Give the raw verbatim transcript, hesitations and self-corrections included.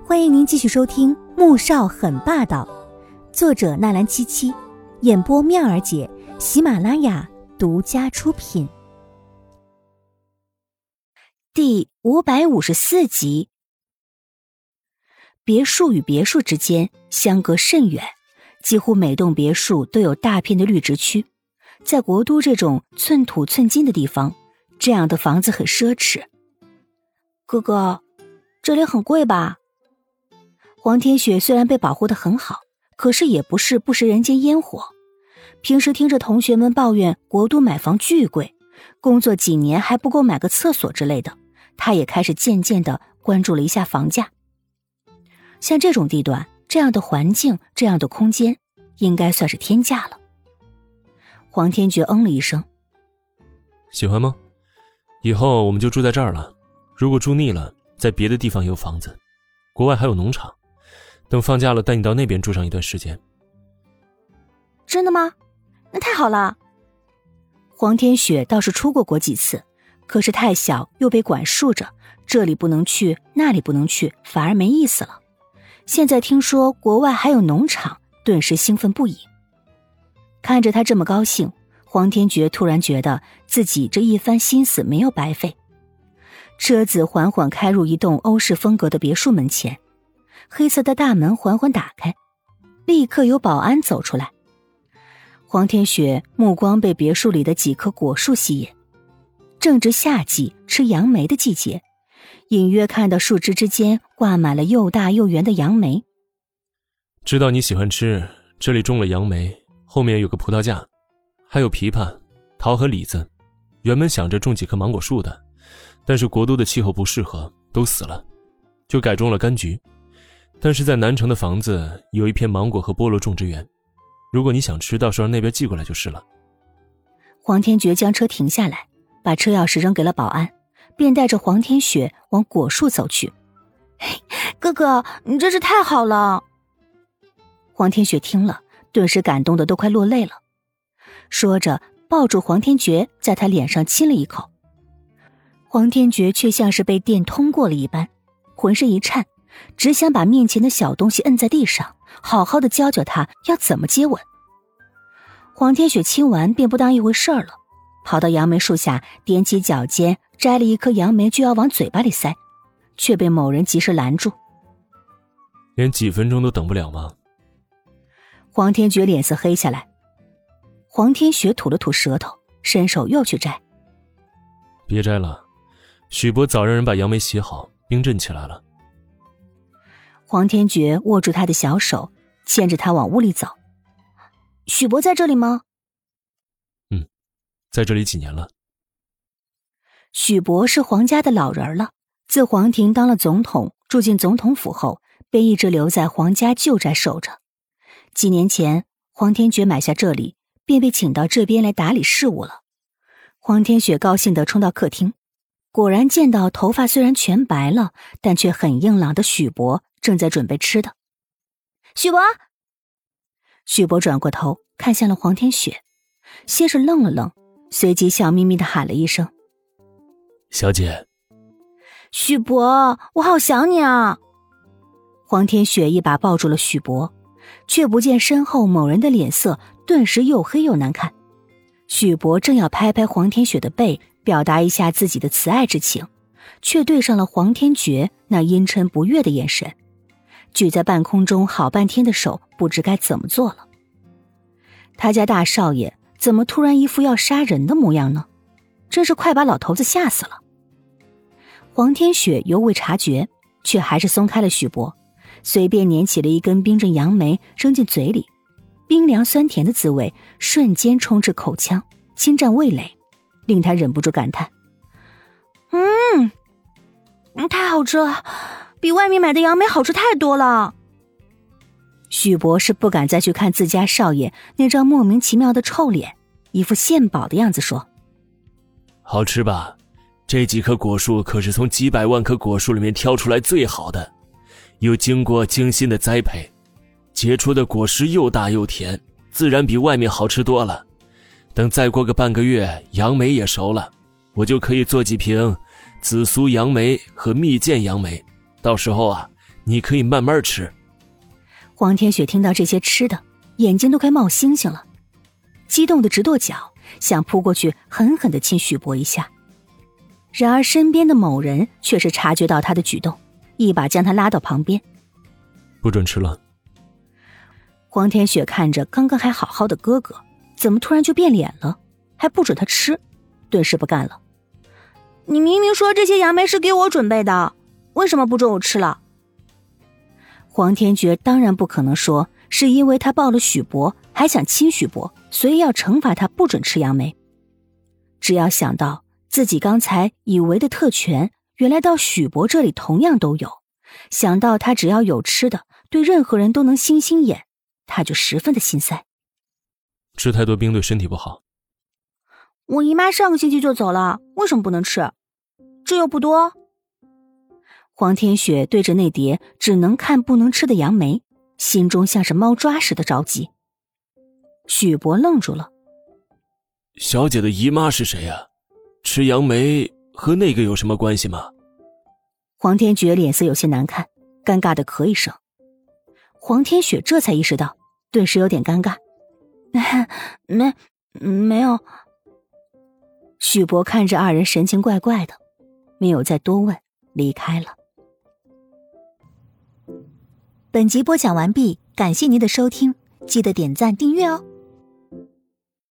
欢迎您继续收听《穆少很霸道》，作者纳兰七七，演播妙儿姐，喜马拉雅独家出品。第五百五十四集。别墅与别墅之间相隔甚远，几乎每栋别墅都有大片的绿植区。在国都这种寸土寸金的地方，这样的房子很奢侈。哥哥，这里很贵吧？黄天雪虽然被保护得很好，可是也不是不食人间烟火。平时听着同学们抱怨国都买房巨贵，工作几年还不够买个厕所之类的，他也开始渐渐地关注了一下房价。像这种地段，这样的环境，这样的空间，应该算是天价了。黄天觉嗯了一声， 喜欢吗？以后我们就住在这儿了，如果住腻了，在别的地方也有房子，国外还有农场，等放假了带你到那边住上一段时间。 真的吗？那太好了。黄天雪倒是出过国几次，可是太小又被管束着，这里不能去，那里不能去，反而没意思了。现在听说国外还有农场，顿时兴奋不已。看着他这么高兴，黄天觉突然觉得自己这一番心思没有白费。车子缓缓开入一栋欧式风格的别墅门前，黑色的大门缓缓打开，立刻有保安走出来。黄天雪目光被别墅里的几棵果树吸引，正值夏季吃杨梅的季节，隐约看到树枝之间挂满了又大又圆的杨梅。 知道你喜欢吃，这里种了杨梅，后面有个葡萄架，还有枇杷、桃和李子。原本想着种几棵芒果树的，但是国都的气候不适合，都死了，就改种了柑橘。但是在南城的房子有一片芒果和菠萝种植园，如果你想吃，到时候那边寄过来就是了。 黄天觉将车停下来，把车钥匙扔给了保安，便带着黄天雪往果树走去。哥哥，你真是太好了。黄天雪听了，顿时感动的都快落泪了，说着抱住黄天觉，在他脸上亲了一口。黄天觉却像是被电通过了一般，浑身一颤，只想把面前的小东西摁在地上，好好的教教他要怎么接吻。黄天雪亲完便不当一回事儿了，跑到杨梅树下，踮起脚尖摘了一颗杨梅就要往嘴巴里塞，却被某人及时拦住。 连几分钟都等不了吗？ 黄天觉脸色黑下来。黄天雪吐了吐舌头，伸手又去摘。 别摘了，许伯早让人把杨梅洗好，冰镇起来了。 黄天觉握住他的小手，牵着他往屋里走。许伯在这里吗？ 嗯，在这里几年了。 许伯是黄家的老人了，自黄庭当了总统，住进总统府后，便一直留在黄家旧宅守着。几年前，黄天觉买下这里，便被请到这边来打理事务了。黄天雪高兴地冲到客厅，果然见到头发虽然全白了，但却很硬朗的许伯正在准备吃的。许伯！许伯转过头看向了黄天雪，先是愣了愣，随即笑眯眯地喊了一声： 小姐。 许伯，我好想你啊。黄天雪一把抱住了许伯，却不见身后某人的脸色顿时又黑又难看。许伯正要拍拍黄天雪的背，表达一下自己的慈爱之情，却对上了黄天觉那阴沉不悦的眼神，举在半空中好半天的手不知该怎么做了。他家大少爷怎么突然一副要杀人的模样呢？真是快把老头子吓死了。黄天雪犹未察觉，却还是松开了许伯，随便捻起了一根冰镇杨梅扔进嘴里，冰凉酸甜的滋味瞬间冲至口腔，侵占味蕾，令他忍不住感叹：嗯，太好吃了，比外面买的杨梅好吃太多了。许伯是不敢再去看自家少爷那张莫名其妙的臭脸，一副献宝的样子说： 好吃吧？这几棵果树可是从几百万棵果树里面挑出来最好的，又经过精心的栽培，结出的果实又大又甜，自然比外面好吃多了。等再过个半个月，杨梅也熟了，我就可以做几瓶紫苏杨梅和蜜饯杨梅，到时候啊， 你可以慢慢吃。 黄天雪听到这些吃的，眼睛都快冒星星了，激动得直跺脚，想扑过去狠狠地亲许博一下。然而身边的某人却是察觉到他的举动，一把将他拉到旁边。 不准吃了。 黄天雪看着刚刚还好好的哥哥，怎么突然就变脸了，还不准他吃，顿时不干了。你明明说这些杨梅是给我准备的，为什么不准我吃了？黄天觉当然不可能说是因为他抱了许博，还想亲许博，所以要惩罚他不准吃杨梅。只要想到自己刚才以为的特权，原来到许博这里同样都有，想到他只要有吃的，对任何人都能星星眼，他就十分的心塞。 吃太多冰对身体不好。 我姨妈上个星期就走了，为什么不能吃？这又不多。黄天雪对着那碟只能看不能吃的杨梅，心中像是猫抓似的着急。许博愣住了。 小姐的姨妈是谁啊？吃杨梅和那个有什么关系吗？ 黄天觉脸色有些难看，尴尬的咳一声。黄天雪这才意识到，顿时有点尴尬。没没有。许博看着二人神情怪怪的，没有再多问，离开了。本集播讲完毕，感谢您的收听，记得点赞订阅哦。